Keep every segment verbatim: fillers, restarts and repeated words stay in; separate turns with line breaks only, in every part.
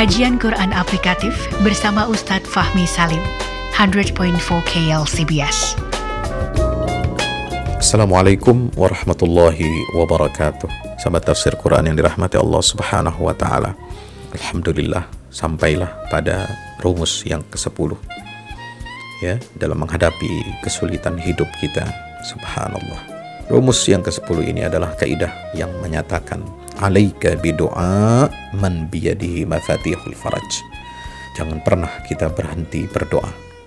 Kajian Quran Aplikatif bersama Ustadz Fahmi Salim, seratus koma empat K L C B S.
Assalamualaikum warahmatullahi wabarakatuh. Sahabat tafsir Quran yang dirahmati Allah Subhanahu wa taala. Alhamdulillah, sampailah pada rumus yang kesepuluh ya, dalam menghadapi kesulitan hidup kita. Subhanallah. Rumus yang kesepuluh ini adalah kaidah yang menyatakan alaika bidu'a man biyadihi mafatihul faraj. Jangan pernah kita berhenti berdoa.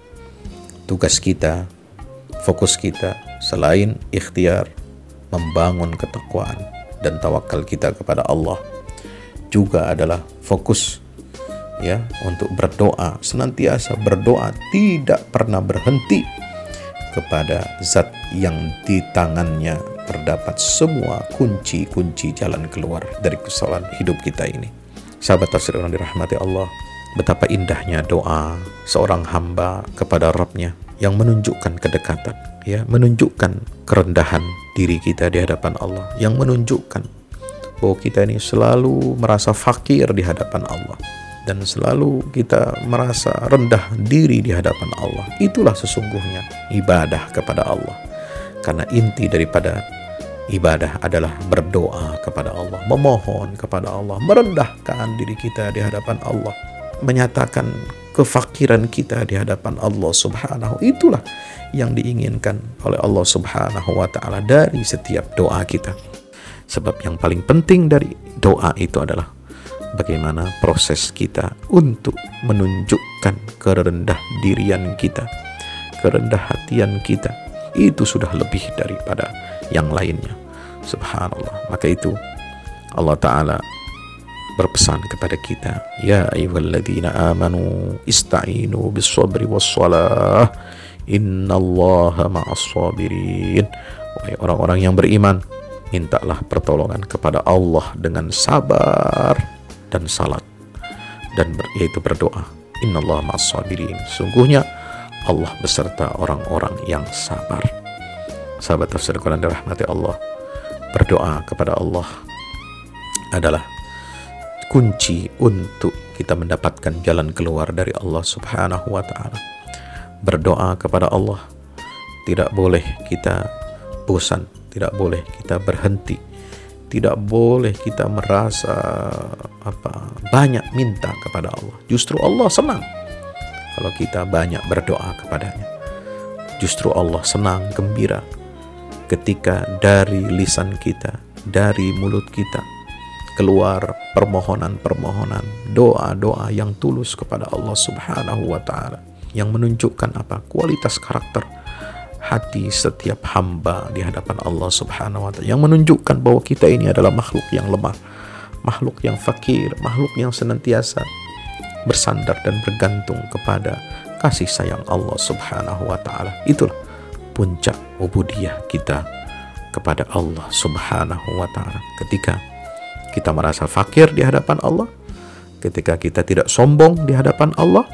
Tugas kita, fokus kita, selain ikhtiar membangun ketakwaan dan tawakal kita kepada Allah, juga adalah fokus ya untuk berdoa, senantiasa berdoa, tidak pernah berhenti kepada zat yang di tangannya terdapat semua kunci-kunci jalan keluar dari kesalahan hidup kita ini. Sahabat tafsir yang dirahmati Allah, betapa indahnya doa seorang hamba kepada Rabb-nya yang menunjukkan kedekatan, ya, menunjukkan kerendahan diri kita di hadapan Allah, yang menunjukkan bahwa kita ini selalu merasa fakir di hadapan Allah dan selalu kita merasa rendah diri di hadapan Allah. Itulah sesungguhnya ibadah kepada Allah. Karena inti daripada ibadah adalah berdoa kepada Allah, memohon kepada Allah, merendahkan diri kita di hadapan Allah, menyatakan kefakiran kita di hadapan Allah Subhanahu. Itulah yang diinginkan oleh Allah Subhanahu wa taala dari setiap doa kita. Sebab yang paling penting dari doa itu adalah bagaimana proses kita untuk menunjukkan kerendah dirian kita, kerendah hatian kita. Itu sudah lebih daripada yang lainnya. Subhanallah. Maka itu Allah Ta'ala berpesan kepada kita, ya ayyuhalladzina amanu ista'inu bis-sabri was-salah innallaha ma'as-sabirin. Wahai orang-orang yang beriman, mintalah pertolongan kepada Allah dengan sabar dan salat, dan ber, yaitu berdoa. Innallaha ma'as-sabirin. Sungguhnya Allah beserta orang-orang yang sabar. Sahabat tafsir Quran dirahmati Allah, berdoa kepada Allah adalah kunci untuk kita mendapatkan jalan keluar dari Allah Subhanahu wa taala. Berdoa kepada Allah, tidak boleh kita bosan, tidak boleh kita berhenti, tidak boleh kita merasa apa banyak minta kepada Allah. Justru Allah senang kalau kita banyak berdoa kepadanya. Justru Allah senang, gembira ketika dari lisan kita, dari mulut kita keluar permohonan-permohonan, doa-doa yang tulus kepada Allah Subhanahu wa taala, yang menunjukkan apa? Kualitas karakter hati setiap hamba di hadapan Allah Subhanahu wa taala, yang menunjukkan bahwa kita ini adalah makhluk yang lemah, makhluk yang fakir, makhluk yang senantiasa bersandar dan bergantung kepada kasih sayang Allah Subhanahu wa taala. Itulah puncak ubudiyah kita kepada Allah Subhanahu wa taala. Ketika kita merasa fakir di hadapan Allah, ketika kita tidak sombong di hadapan Allah,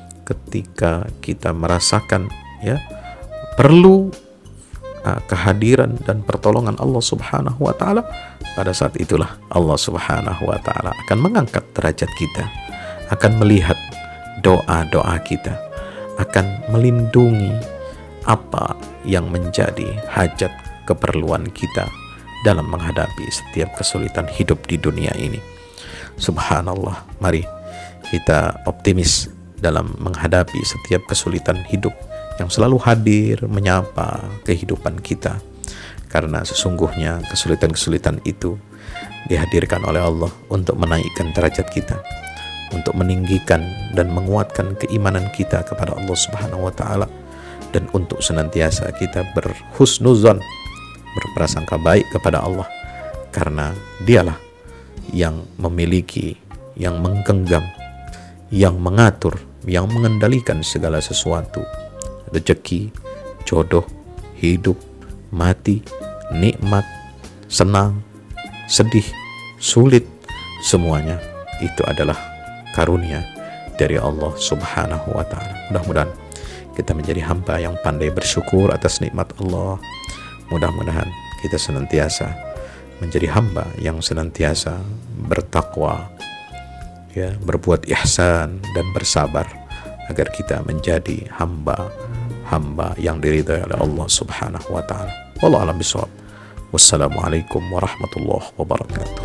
ketika kita merasakan ya perlu uh, kehadiran dan pertolongan Allah Subhanahu wa taala, pada saat itulah Allah Subhanahu wa taala akan mengangkat derajat kita, akan melihat doa-doa kita, akan melindungi apa yang menjadi hajat keperluan kita dalam menghadapi setiap kesulitan hidup di dunia ini. Subhanallah, mari kita optimis dalam menghadapi setiap kesulitan hidup yang selalu hadir menyapa kehidupan kita, karena sesungguhnya kesulitan-kesulitan itu dihadirkan oleh Allah untuk menaikkan derajat kita, untuk meninggikan dan menguatkan keimanan kita kepada Allah Subhanahu wa taala, dan untuk senantiasa kita berhusnuzon, berprasangka baik kepada Allah, karena Dialah yang memiliki, yang menggenggam, yang mengatur, yang mengendalikan segala sesuatu. Rezeki, jodoh, hidup, mati, nikmat, senang, sedih, sulit, semuanya itu adalah karunia dari Allah Subhanahu wa taala. Mudah-mudahan kita menjadi hamba yang pandai bersyukur atas nikmat Allah. Mudah-mudahan kita senantiasa menjadi hamba yang senantiasa bertakwa, ya, berbuat ihsan dan bersabar agar kita menjadi hamba-hamba yang diridhai oleh Allah Subhanahu wa taala. Wallahu a'lam bishawab. Wassalamualaikum warahmatullahi wabarakatuh.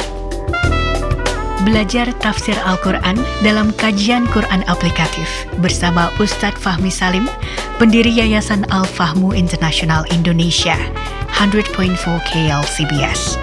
Belajar tafsir Al-Quran dalam kajian Quran aplikatif bersama Ustadz Fahmi Salim, pendiri Yayasan Al-Fahmu International Indonesia, seratus koma empat K L C B S.